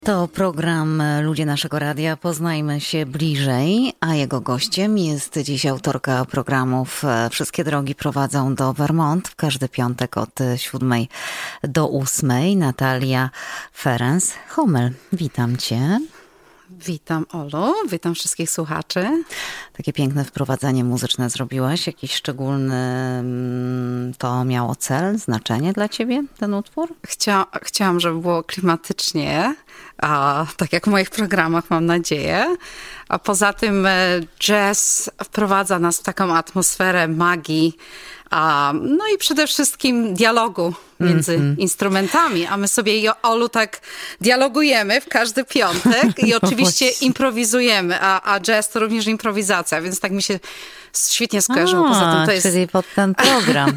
To program Ludzie Naszego Radia. Poznajmy się bliżej, a jego gościem jest dziś autorka programów Wszystkie drogi prowadzą do Vermont w każdy piątek od 7 do 8. Natalia Ferenc-Homel. Witam Cię. Witam Olu, witam wszystkich słuchaczy. Takie piękne wprowadzenie muzyczne zrobiłaś. Jakiś szczególny to miało cel, znaczenie dla ciebie, ten utwór? Chciałam, żeby było klimatycznie, tak jak w moich programach, mam nadzieję. A poza tym jazz wprowadza nas w taką atmosferę magii, no i przede wszystkim dialogu między instrumentami, a my sobie, Olu, tak dialogujemy w każdy piątek i oczywiście improwizujemy, a jazz to również improwizacja, więc tak mi się świetnie skojarzyło. Poza tym to jest... Czyli pod ten program,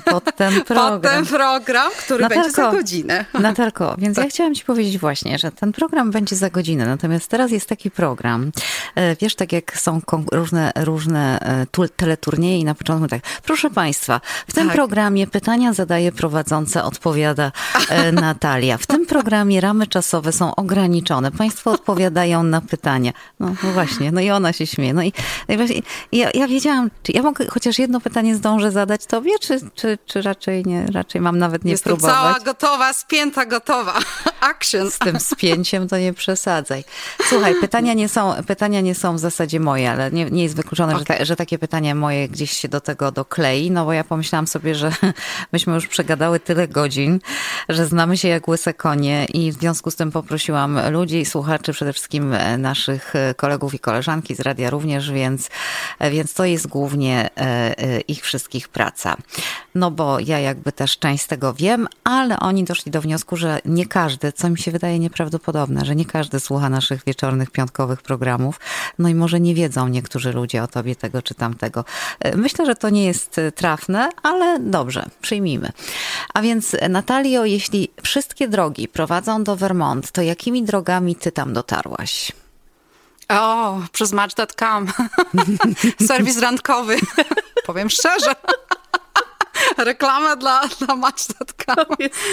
który będzie za godzinę. Natalko, więc ja chciałam ci powiedzieć właśnie, że ten program będzie za godzinę, natomiast teraz jest taki program, wiesz, tak jak są różne teleturnieje i na początku tak, proszę państwa, w tym programie pytania zadaje prowadząca, odpowiada Natalia. W tym programie ramy czasowe są ograniczone. Państwo odpowiadają na pytania. No właśnie, no i ona się śmieje. No i właśnie, ja wiedziałam, czy ja mogę chociaż jedno pytanie zdążę zadać tobie, czy raczej nie? Raczej mam nawet nie próbować. Jestem cała gotowa, spięta, gotowa. Action. Z tym spięciem to nie przesadzaj. Słuchaj, pytania nie są w zasadzie moje, ale nie jest wykluczone, że takie pytanie moje gdzieś się do tego doklei, no bo ja pomyślałam sobie, że myśmy już przegadały tyle godzin, że znamy się jak łyse konie i w związku z tym poprosiłam ludzi i słuchaczy, przede wszystkim naszych kolegów i koleżanki z radia również, więc to jest głównie ich wszystkich praca. No bo ja jakby też część z tego wiem, ale oni doszli do wniosku, że nie każdy, co mi się wydaje nieprawdopodobne, że nie każdy słucha naszych wieczornych, piątkowych programów. No i może nie wiedzą niektórzy ludzie o tobie tego czy tamtego. Myślę, że to nie jest trafne, ale dobrze, przyjmijmy. A więc Natalio, jeśli wszystkie drogi prowadzą do Vermont, to jakimi drogami ty tam dotarłaś? Przez Match.com. Serwis randkowy. Powiem szczerze. Reklama dla Match.com.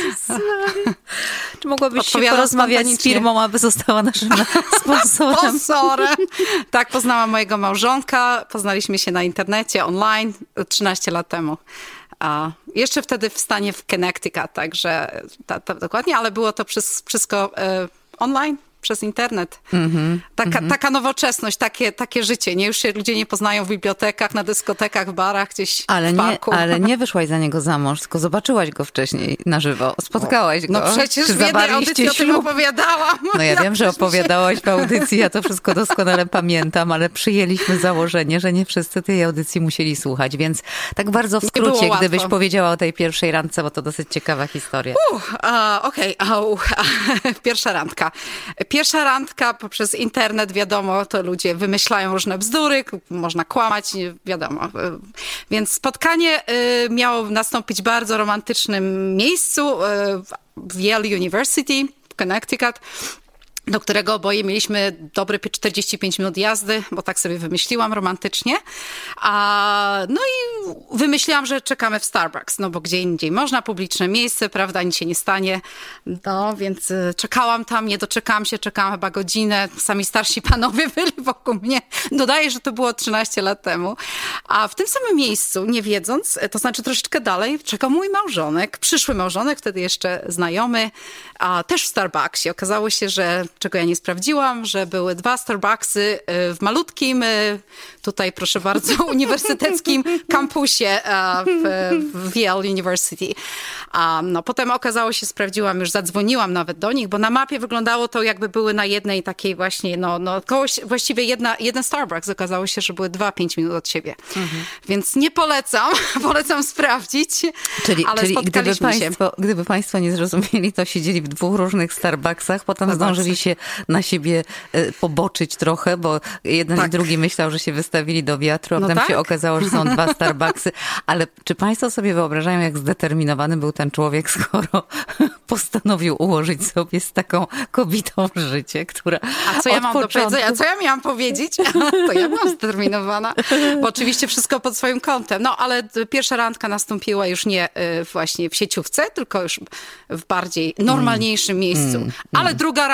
Czy mogłabyś się porozmawiać z firmą, aby została naszym sponsorem? Tak, poznałam mojego małżonka. Poznaliśmy się na internecie, online 13 lat temu. Jeszcze wtedy w stanie w Connecticut, także dokładnie, ale było to wszystko online. Przez internet. Taka nowoczesność, takie życie. Już się ludzie nie poznają w bibliotekach, na dyskotekach, w barach, gdzieś w parku. Ale nie wyszłaś za niego za mąż, tylko zobaczyłaś go wcześniej na żywo. Spotkałaś go. No przecież w jednej audycji o tym opowiadałam. No ja wiem, że opowiadałaś w audycji, ja to wszystko doskonale pamiętam, ale przyjęliśmy założenie, że nie wszyscy tej audycji musieli słuchać, więc tak bardzo w skrócie, gdybyś powiedziała o tej pierwszej randce, bo to dosyć ciekawa historia. Pierwsza randka. Pierwsza randka poprzez internet, wiadomo, to ludzie wymyślają różne bzdury, można kłamać, wiadomo. Więc spotkanie miało nastąpić w bardzo romantycznym miejscu w Yale University w Connecticut, do którego oboje mieliśmy dobre 45 minut jazdy, bo tak sobie wymyśliłam romantycznie. No i wymyśliłam, że czekamy w Starbucks, no bo gdzie indziej można, publiczne miejsce, prawda, nic się nie stanie. No, więc czekałam tam, nie doczekałam się, czekałam chyba godzinę. Sami starsi panowie byli wokół mnie. Dodaję, że to było 13 lat temu. A w tym samym miejscu, nie wiedząc, to znaczy troszeczkę dalej, czekał mój małżonek, przyszły małżonek, wtedy jeszcze znajomy, też w Starbucksie. Okazało się, że czego ja nie sprawdziłam, że były 2 Starbucksy w malutkim, tutaj proszę bardzo, uniwersyteckim kampusie w Yale University. No potem okazało się, sprawdziłam, już zadzwoniłam nawet do nich, bo na mapie wyglądało to, jakby były na jednej takiej właśnie, właściwie jeden Starbucks. Okazało się, że były 5 minut od siebie. Więc nie polecam, polecam sprawdzić. Czyli gdyby państwo nie zrozumieli, to siedzieli w 2 różnych Starbucksach, potem zdążyli się na siebie poboczyć trochę, bo jeden i drugi myślał, że się wystawili do wiatru, a potem się okazało, że są 2 Starbucksy. Ale czy państwo sobie wyobrażają, jak zdeterminowany był ten człowiek, skoro postanowił ułożyć sobie z taką kobietą życie, która A co ja mam do powiedzenia? Co ja miałam powiedzieć? To ja byłam zdeterminowana, bo oczywiście wszystko pod swoim kątem. No, ale pierwsza randka nastąpiła już nie właśnie w sieciówce, tylko już w bardziej normalniejszym miejscu. Ale druga randka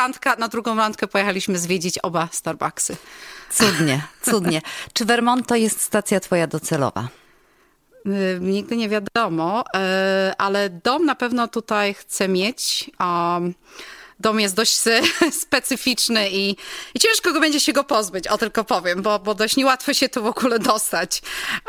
na drugą randkę pojechaliśmy zwiedzić oba Starbucksy. Cudnie, cudnie. Czy Vermont to jest stacja twoja docelowa? Nigdy nie wiadomo, ale dom na pewno tutaj chcę mieć. Dom jest dość specyficzny i ciężko będzie się go pozbyć, o tylko powiem, bo dość niełatwo się tu w ogóle dostać.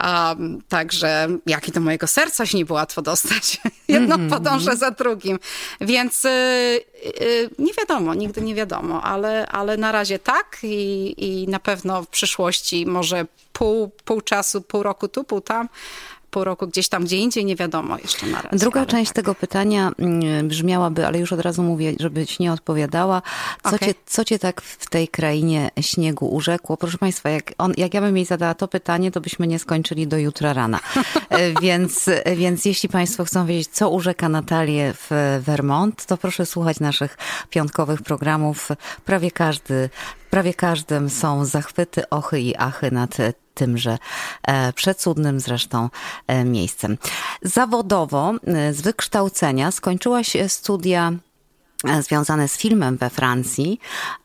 Także jak i do mojego serca się nie było łatwo dostać. Jedno podąża za drugim. Więc nie wiadomo, nigdy nie wiadomo, ale na razie tak i na pewno w przyszłości może pół czasu, pół roku tu, pół tam. Pół roku gdzieś tam, gdzie indziej, nie wiadomo jeszcze na razie. Druga część tego pytania brzmiałaby, ale już od razu mówię, żebyś nie odpowiadała. Co cię tak w tej krainie śniegu urzekło? Proszę Państwa, jak ja bym jej zadała to pytanie, to byśmy nie skończyli do jutra rana. Więc jeśli Państwo chcą wiedzieć, co urzeka Natalię w Vermont, to proszę słuchać naszych piątkowych programów. Prawie każdym są zachwyty, ochy i achy nad tymże przecudnym zresztą miejscem. Zawodowo z wykształcenia skończyłaś studia związane z filmem we Francji.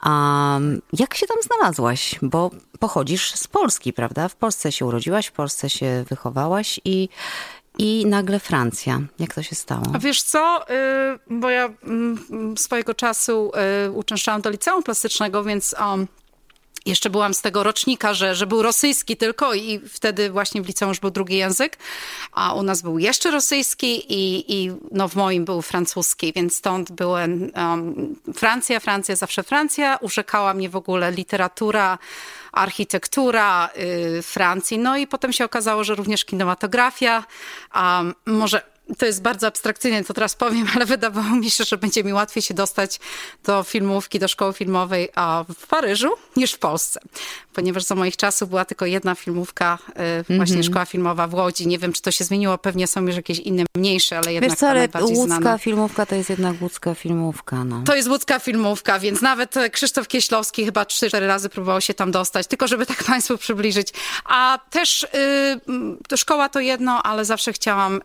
Jak się tam znalazłaś? Bo pochodzisz z Polski, prawda? W Polsce się urodziłaś, w Polsce się wychowałaś i nagle Francja. Jak to się stało? A wiesz co, bo ja swojego czasu uczęszczałam do liceum plastycznego, więc jeszcze byłam z tego rocznika, że był rosyjski tylko i wtedy właśnie w liceum już był drugi język, a u nas był jeszcze rosyjski i no w moim był francuski, więc stąd byłem Francja, zawsze Francja. Urzekała mnie w ogóle literatura, architektura Francji. No i potem się okazało, że również kinematografia. Może to jest bardzo abstrakcyjne, to teraz powiem, ale wydawało mi się, że będzie mi łatwiej się dostać do filmówki, do szkoły filmowej w Paryżu niż w Polsce. Ponieważ za moich czasów była tylko jedna filmówka, właśnie szkoła filmowa w Łodzi. Nie wiem, czy to się zmieniło, pewnie są już jakieś inne mniejsze, ale jednak ta najbardziej znana. Łódzka filmówka to jest jednak łódzka filmówka. No. To jest łódzka filmówka, więc nawet Krzysztof Kieślowski chyba 3-4 razy próbował się tam dostać, tylko żeby tak Państwu przybliżyć. A też szkoła to jedno, ale zawsze chciałam...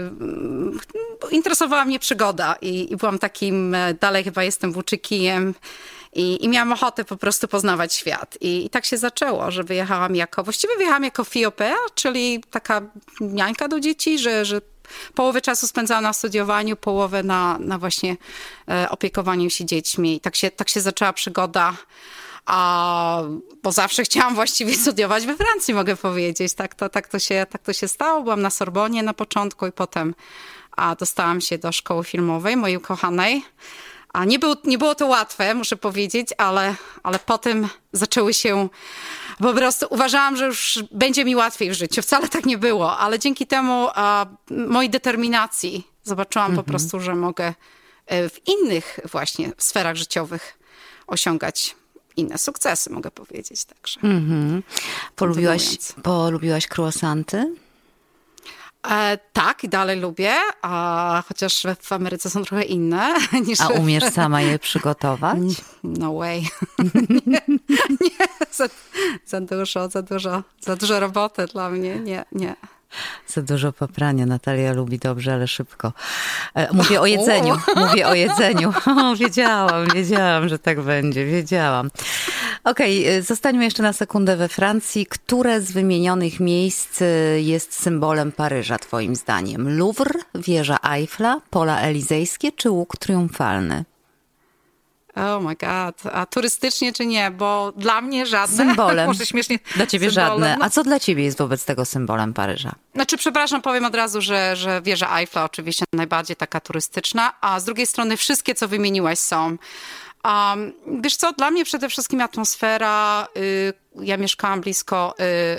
interesowała mnie przygoda i byłam takim, dalej chyba jestem włóczykijem i miałam ochotę po prostu poznawać świat. I tak się zaczęło, że właściwie wyjechałam jako fiopea, czyli taka niańka do dzieci, że połowę czasu spędzałam na studiowaniu, połowę na właśnie opiekowaniu się dziećmi. I tak się zaczęła przygoda. Bo zawsze chciałam właściwie studiować we Francji, mogę powiedzieć. Tak to się stało. Byłam na Sorbonie na początku i potem dostałam się do szkoły filmowej, mojej ukochanej. Nie było to łatwe, muszę powiedzieć, ale potem zaczęły się... Po prostu uważałam, że już będzie mi łatwiej w życiu. Wcale tak nie było, ale dzięki temu mojej determinacji zobaczyłam po prostu, że mogę w innych właśnie sferach życiowych osiągać inne sukcesy, mogę powiedzieć. Także. Polubiłaś croissanty? Tak, i dalej lubię, chociaż w Ameryce są trochę inne. A umiesz sama je przygotować? No way. nie, za dużo roboty dla mnie. Nie. Za dużo poprania. Natalia lubi dobrze, ale szybko. Mówię o jedzeniu. Wiedziałam, że tak będzie. Wiedziałam. Okej, zostańmy jeszcze na sekundę we Francji. Które z wymienionych miejsc jest symbolem Paryża, twoim zdaniem? Louvre, wieża Eiffla, Pola Elizejskie czy Łuk Triumfalny? Oh my god. A turystycznie czy nie? Bo dla mnie żadne. Symbolem. Może śmiesznie. Dla ciebie żadne. A co dla ciebie jest wobec tego symbolem Paryża? Przepraszam, powiem od razu, że wieża Eiffla oczywiście najbardziej taka turystyczna, a z drugiej strony wszystkie, co wymieniłaś, są. Wiesz co, dla mnie przede wszystkim atmosfera, ja mieszkałam blisko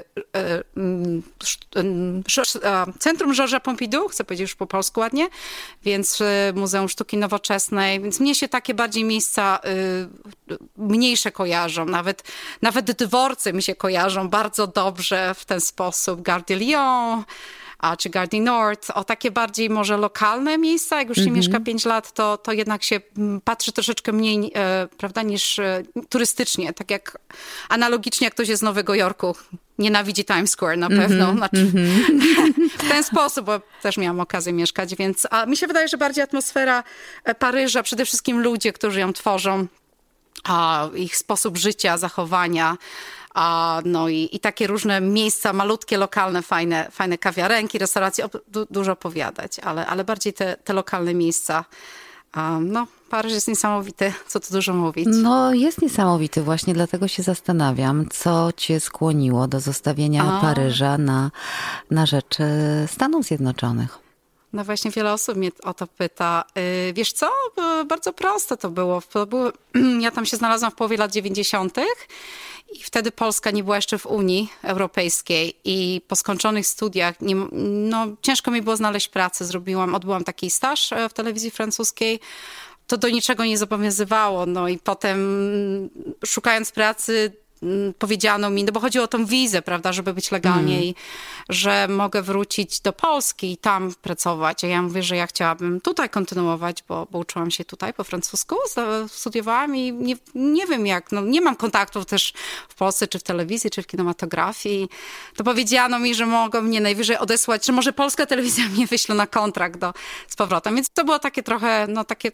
Centrum Georgesa Pompidou, chcę powiedzieć już po polsku ładnie, więc Muzeum Sztuki Nowoczesnej, więc mnie się takie bardziej miejsca mniejsze kojarzą, nawet dworce mi się kojarzą bardzo dobrze w ten sposób. Gare de Lyon, czy Gare du Nord, o takie bardziej może lokalne miejsca. Jak już się mieszka 5 lat, to jednak się patrzy troszeczkę mniej, prawda, niż turystycznie. Tak jak analogicznie jak ktoś jest z Nowego Jorku. Nienawidzi Times Square na pewno. W ten sposób, bo też miałam okazję mieszkać, więc mi się wydaje, że bardziej atmosfera Paryża, przede wszystkim ludzie, którzy ją tworzą, ich sposób życia, zachowania. No i takie różne miejsca, malutkie, lokalne, fajne kawiarenki, restauracje, dużo opowiadać, ale bardziej te lokalne miejsca. No, Paryż jest niesamowity, co tu dużo mówić. No, jest niesamowity, właśnie dlatego się zastanawiam, co cię skłoniło do zostawienia Paryża na rzecz Stanów Zjednoczonych. No właśnie wiele osób mnie o to pyta. Wiesz co? Bardzo proste to było. Ja tam się znalazłam w połowie lat 90. i wtedy Polska nie była jeszcze w Unii Europejskiej i po skończonych studiach ciężko mi było znaleźć pracę. Odbyłam taki staż w telewizji francuskiej. To do niczego nie zobowiązywało. No i potem szukając pracy powiedziano mi, no bo chodziło o tą wizę, prawda, żeby być legalnie i że mogę wrócić do Polski i tam pracować. A ja mówię, że ja chciałabym tutaj kontynuować, bo uczyłam się tutaj po francusku, studiowałam i nie wiem jak, nie mam kontaktów też w Polsce, czy w telewizji, czy w kinematografii. To powiedziano mi, że mogą mnie najwyżej odesłać, że może polska telewizja mnie wyśle na kontrakt z powrotem. Więc to było takie trochę,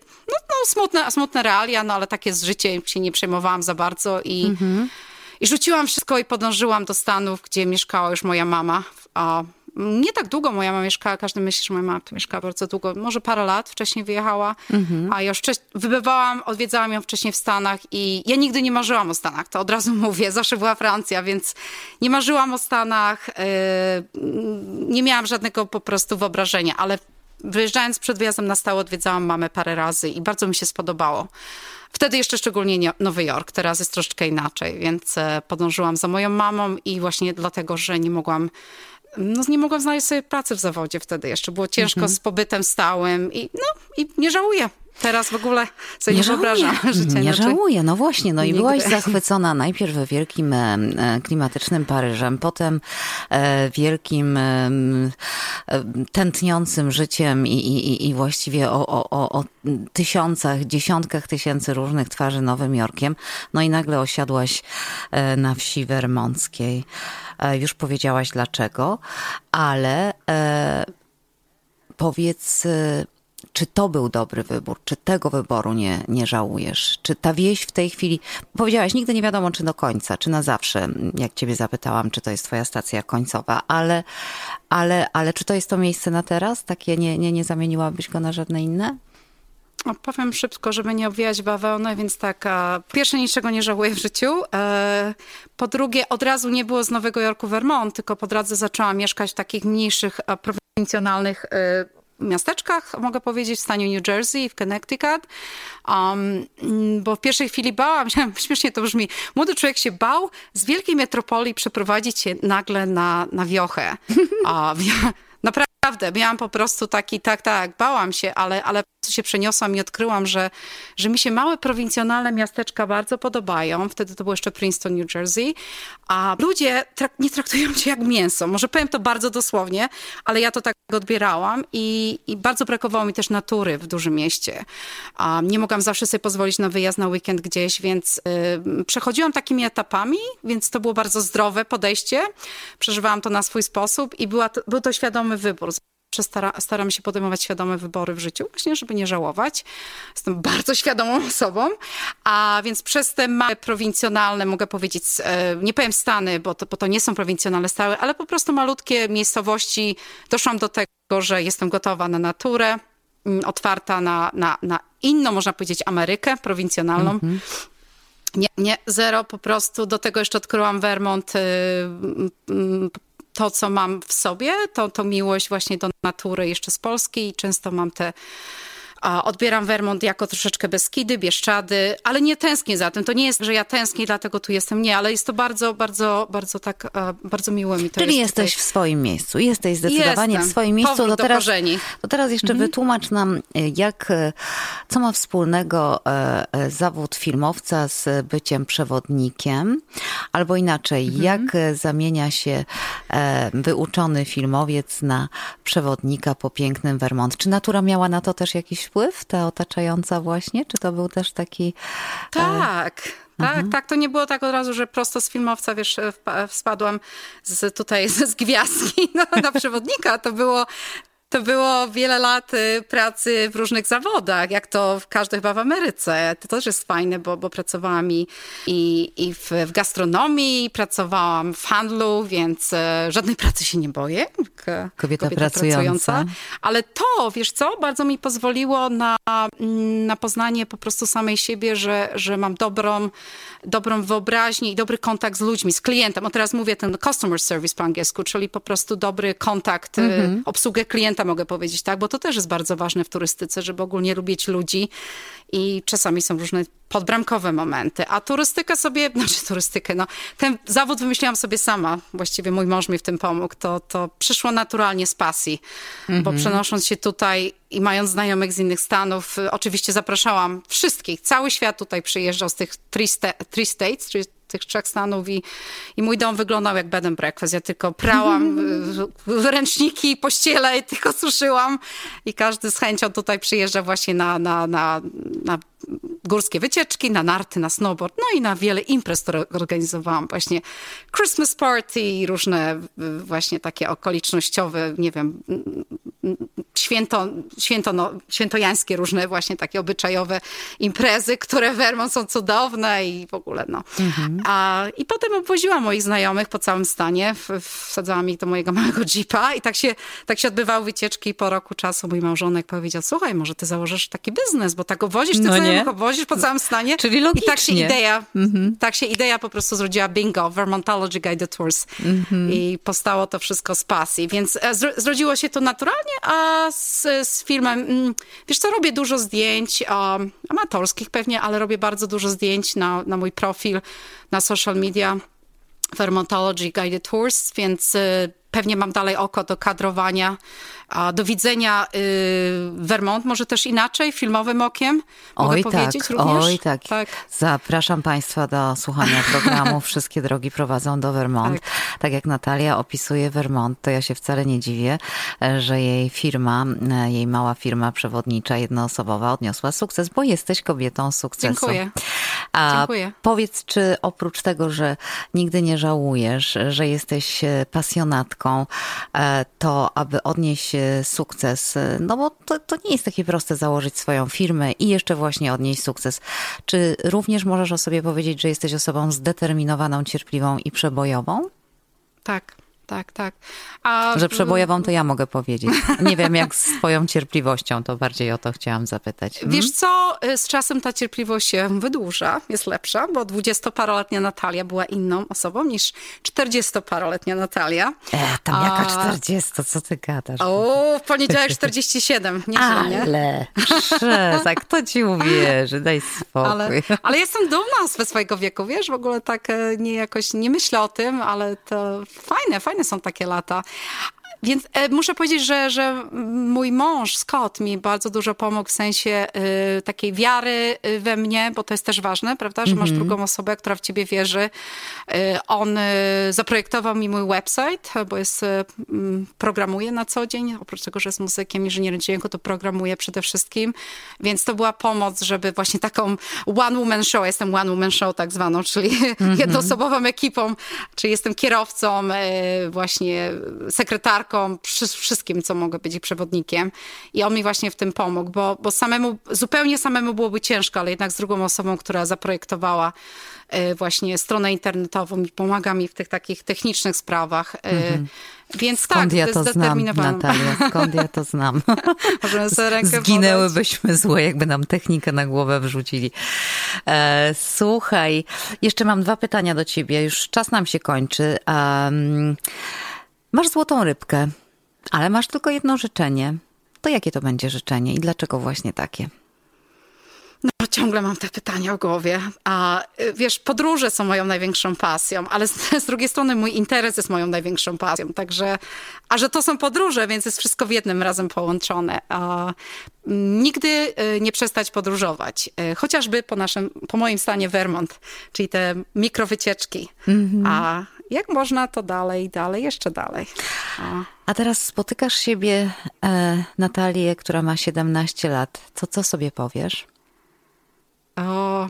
smutne realia, ale takie z życiem się nie przejmowałam za bardzo i rzuciłam wszystko i podążyłam do Stanów, gdzie mieszkała już moja mama. Nie tak długo moja mama mieszkała, każdy myśli, że moja mama tu mieszkała bardzo długo. Może parę lat wcześniej wyjechała, a ja już odwiedzałam ją wcześniej w Stanach i ja nigdy nie marzyłam o Stanach, to od razu mówię, zawsze była Francja, więc nie marzyłam o Stanach, nie miałam żadnego po prostu wyobrażenia, ale wyjeżdżając przed wyjazdem na stałe odwiedzałam mamę parę razy i bardzo mi się spodobało. Wtedy jeszcze szczególnie Nowy Jork, teraz jest troszeczkę inaczej, więc podążyłam za moją mamą i właśnie dlatego, że nie mogłam znaleźć sobie pracy w zawodzie wtedy jeszcze. Było ciężko z pobytem stałym i nie żałuję. Teraz w ogóle sobie nie wyobrażam życia. Nie żałuję, no właśnie. No i byłaś zachwycona najpierw wielkim klimatycznym Paryżem, potem wielkim tętniącym życiem i właściwie o tysiącach, dziesiątkach tysięcy różnych twarzy Nowym Jorkiem. No i nagle osiadłaś na wsi wermonckiej. Już powiedziałaś dlaczego, ale powiedz... Czy to był dobry wybór? Czy tego wyboru nie żałujesz? Czy ta wieś w tej chwili... Powiedziałaś, nigdy nie wiadomo, czy do końca, czy na zawsze. Jak ciebie zapytałam, czy to jest twoja stacja końcowa. Ale czy to jest to miejsce na teraz? Takie nie zamieniłabyś go na żadne inne? Powiem szybko, żeby nie obwijać bawełnę, więc tak, po pierwsze niczego nie żałuję w życiu. Po drugie, od razu nie było z Nowego Jorku Vermont, tylko po drodze zaczęłam mieszkać w takich mniejszych, prowincjonalnych miasteczkach, mogę powiedzieć, w stanie New Jersey, w Connecticut, bo w pierwszej chwili bałam się, śmiesznie to brzmi, młody człowiek się bał z wielkiej metropolii przeprowadzić się nagle na wiochę. Naprawdę, miałam po prostu taki, bałam się, ale się przeniosłam i odkryłam, że mi się małe prowincjonalne miasteczka bardzo podobają. Wtedy to było jeszcze Princeton, New Jersey. A ludzie nie traktują cię jak mięso. Może powiem to bardzo dosłownie, ale ja to tak odbierałam i bardzo brakowało mi też natury w dużym mieście. Nie mogłam zawsze sobie pozwolić na wyjazd na weekend gdzieś, więc przechodziłam takimi etapami, więc to było bardzo zdrowe podejście. Przeżywałam to na swój sposób i był to świadomy wybór. Staram się podejmować świadome wybory w życiu, właśnie żeby nie żałować. Jestem bardzo świadomą osobą, a więc przez te małe prowincjonalne, mogę powiedzieć, nie powiem Stany, bo to nie są prowincjonalne stałe, ale po prostu malutkie miejscowości. Doszłam do tego, że jestem gotowa na naturę, otwarta na inną, można powiedzieć, Amerykę prowincjonalną. Nie, zero po prostu. Do tego jeszcze odkryłam Vermont, to, co mam w sobie, to miłość właśnie do natury jeszcze z Polski i często mam odbieram Vermont jako troszeczkę Beskidy, Bieszczady, ale nie tęsknię za tym. To nie jest, że ja tęsknię, dlatego tu jestem. Nie, ale jest to bardzo, bardzo, bardzo tak, bardzo miłe mi to. Czyli jesteś w swoim miejscu. Jesteś zdecydowanie w swoim miejscu. To teraz jeszcze wytłumacz nam, co ma wspólnego zawód filmowca z byciem przewodnikiem, albo inaczej, jak zamienia się wyuczony filmowiec na przewodnika po pięknym Vermont. Czy natura miała na to też jakiś wpływ, ta otaczająca właśnie? Czy to był też taki... Tak. To nie było tak od razu, że prosto z filmowca, wiesz, spadłam z gwiazdki na przewodnika. To było To było wiele lat pracy w różnych zawodach, jak to każdy chyba w Ameryce. To też jest fajne, bo pracowałam i w gastronomii, pracowałam w handlu, więc żadnej pracy się nie boję. Kobieta pracująca. Ale to, wiesz co, bardzo mi pozwoliło na poznanie po prostu samej siebie, że mam dobrą wyobraźnię i dobry kontakt z ludźmi, z klientem. O, teraz mówię ten customer service po angielsku, czyli po prostu dobry kontakt, obsługę klienta mogę powiedzieć, tak? Bo to też jest bardzo ważne w turystyce, żeby ogólnie lubić ludzi i czasami są różne podbramkowe momenty. A turystykę, ten zawód wymyśliłam sobie sama. Właściwie mój mąż mi w tym pomógł. To przyszło naturalnie z pasji, bo przenosząc się tutaj i mając znajomych z innych stanów, oczywiście zapraszałam wszystkich. Cały świat tutaj przyjeżdżał z tych three states, czyli tych 3 stanów i mój dom wyglądał jak bed and breakfast. Ja tylko prałam ręczniki, pościele i tylko suszyłam i każdy z chęcią tutaj przyjeżdża właśnie na górskie wycieczki, na narty, na snowboard, no i na wiele imprez, które organizowałam. Właśnie Christmas party i różne właśnie takie okolicznościowe, nie wiem, świętojańskie różne właśnie takie obyczajowe imprezy, które w Vermont są cudowne i w ogóle I potem obwoziłam moich znajomych po całym stanie, wsadzałam ich do mojego małego jeepa i tak się odbywały wycieczki i po roku czasu mój małżonek powiedział, słuchaj, może ty założysz taki biznes, bo tak obwozisz tych znajomych, obwozisz po całym stanie. Czyli logicznie. I tak się idea po prostu zrodziła bingo, Vermontology Guided Tours. I powstało to wszystko z pasji, więc zrodziło się to naturalnie, a z filmem, wiesz co, robię dużo zdjęć, amatorskich pewnie, ale robię bardzo dużo zdjęć na mój profil, na social media, Vermontology Guided Tours, więc pewnie mam dalej oko do kadrowania, do widzenia Vermont, może też inaczej, filmowym okiem, mogę powiedzieć również? Oj tak. Zapraszam Państwa do słuchania programu Wszystkie drogi prowadzą do Vermont. Tak jak Natalia opisuje Vermont, to ja się wcale nie dziwię, że jej mała firma przewodnicza, jednoosobowa odniosła sukces, bo jesteś kobietą sukcesu. Dziękuję. Powiedz, czy oprócz tego, że nigdy nie żałujesz, że jesteś pasjonatką, to aby odnieść sukces, no bo to nie jest takie proste założyć swoją firmę i jeszcze właśnie odnieść sukces. Czy również możesz o sobie powiedzieć, że jesteś osobą zdeterminowaną, cierpliwą i przebojową? Tak. Że przebojową to ja mogę powiedzieć. Nie wiem jak z twoją cierpliwością, to bardziej o to chciałam zapytać. Wiesz co, z czasem ta cierpliwość się wydłuża, jest lepsza, bo 20-paroletnia Natalia była inną osobą niż 40-paroletnia Natalia. Tam jaka 40? Co ty gadasz? W poniedziałek 47. Ale tak, kto ci uwierzy? Daj spokój. Ale jestem dumna ze swojego wieku, wiesz, w ogóle tak nie myślę o tym, ale to fajne są takie lata. Więc muszę powiedzieć, że mój mąż, Scott, mi bardzo dużo pomógł w sensie takiej wiary we mnie, bo to jest też ważne, prawda, że masz drugą osobę, która w ciebie wierzy. On zaprojektował mi mój website, bo programuje na co dzień. Oprócz tego, że jest muzykiem, inżynierem dźwięku, to programuje przede wszystkim. Więc to była pomoc, żeby właśnie taką one-woman show, jestem one-woman show tak zwaną, czyli jednoosobową ekipą, czyli jestem kierowcą, właśnie sekretarką, wszystkim, co mogę być, i przewodnikiem. I on mi właśnie w tym pomógł, bo zupełnie samemu byłoby ciężko, ale jednak z drugą osobą, która zaprojektowała właśnie stronę internetową i pomaga mi w tych takich technicznych sprawach. Więc skąd ja to znam, Natalia? Skąd ja to znam? Możemy sobie rękę Zginęłybyśmy złe, jakby nam technikę na głowę wrzucili. Słuchaj, jeszcze mam 2 pytania do ciebie. Już czas nam się kończy. Masz złotą rybkę, ale masz tylko jedno życzenie. To jakie to będzie życzenie i dlaczego właśnie takie? No, ciągle mam te pytania w głowie. A wiesz, podróże są moją największą pasją, ale z drugiej strony mój interes jest moją największą pasją. Także, że to są podróże, więc jest wszystko w jednym razem połączone. Nigdy nie przestać podróżować. Chociażby po moim stanie Vermont, czyli te mikrowycieczki. A jak można, to dalej, jeszcze dalej. A teraz spotykasz siebie, Natalię, która ma 17 lat. Co sobie powiesz? O.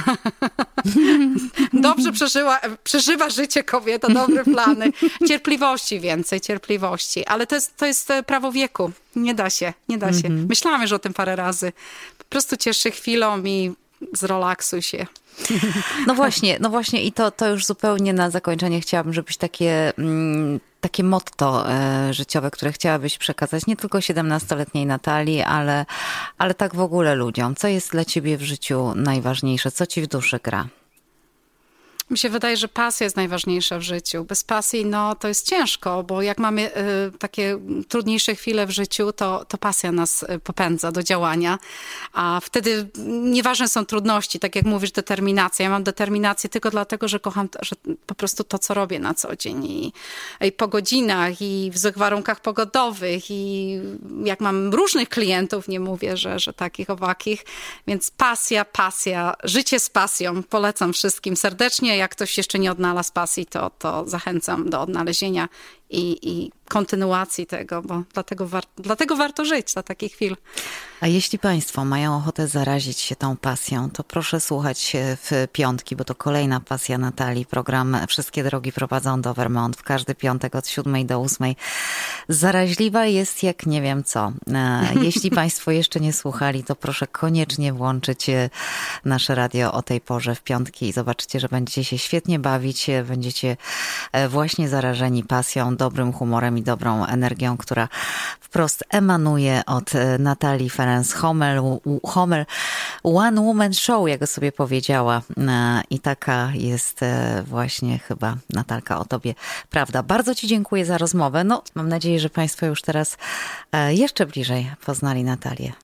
Dobrze przeżywa życie kobieta, dobre plany. Cierpliwości więcej, cierpliwości. Ale to jest prawo wieku. Nie da się. Myślałam już o tym parę razy. Po prostu ciesz się chwilą i zrelaksuj się. No właśnie i to już zupełnie na zakończenie chciałabym, żebyś takie motto życiowe, które chciałabyś przekazać nie tylko 17-letniej Natalii, ale tak w ogóle ludziom. Co jest dla ciebie w życiu najważniejsze? Co ci w duszy gra? Mi się wydaje, że pasja jest najważniejsza w życiu. Bez pasji, no, to jest ciężko, bo jak mamy takie trudniejsze chwile w życiu, to pasja nas popędza do działania, a wtedy nieważne są trudności, tak jak mówisz, determinacja. Ja mam determinację tylko dlatego, że kocham że po prostu to, co robię na co dzień i po godzinach, i w złych warunkach pogodowych, i jak mam różnych klientów, nie mówię, że takich, owakich, więc pasja, życie z pasją. Polecam wszystkim serdecznie. Jak ktoś jeszcze nie odnalazł pasji, to zachęcam do odnalezienia i kontynuacji tego, bo dlatego warto żyć dla takich chwil. A jeśli państwo mają ochotę zarazić się tą pasją, to proszę słuchać w piątki, bo to kolejna pasja Natalii. Program Wszystkie drogi prowadzą do Vermont w każdy piątek od 7 do 8. Zaraźliwa jest jak nie wiem co. Jeśli państwo jeszcze nie słuchali, to proszę koniecznie włączyć nasze radio o tej porze w piątki i zobaczycie, że będziecie się świetnie bawić, będziecie właśnie zarażeni pasją, dobrym humorem i dobrą energią, która wprost emanuje od Natalii Ferenc-Homel. One Woman Show, jak sobie powiedziała. I taka jest właśnie chyba, Natalka, o tobie prawda. Bardzo ci dziękuję za rozmowę. No, mam nadzieję, że państwo już teraz jeszcze bliżej poznali Natalię.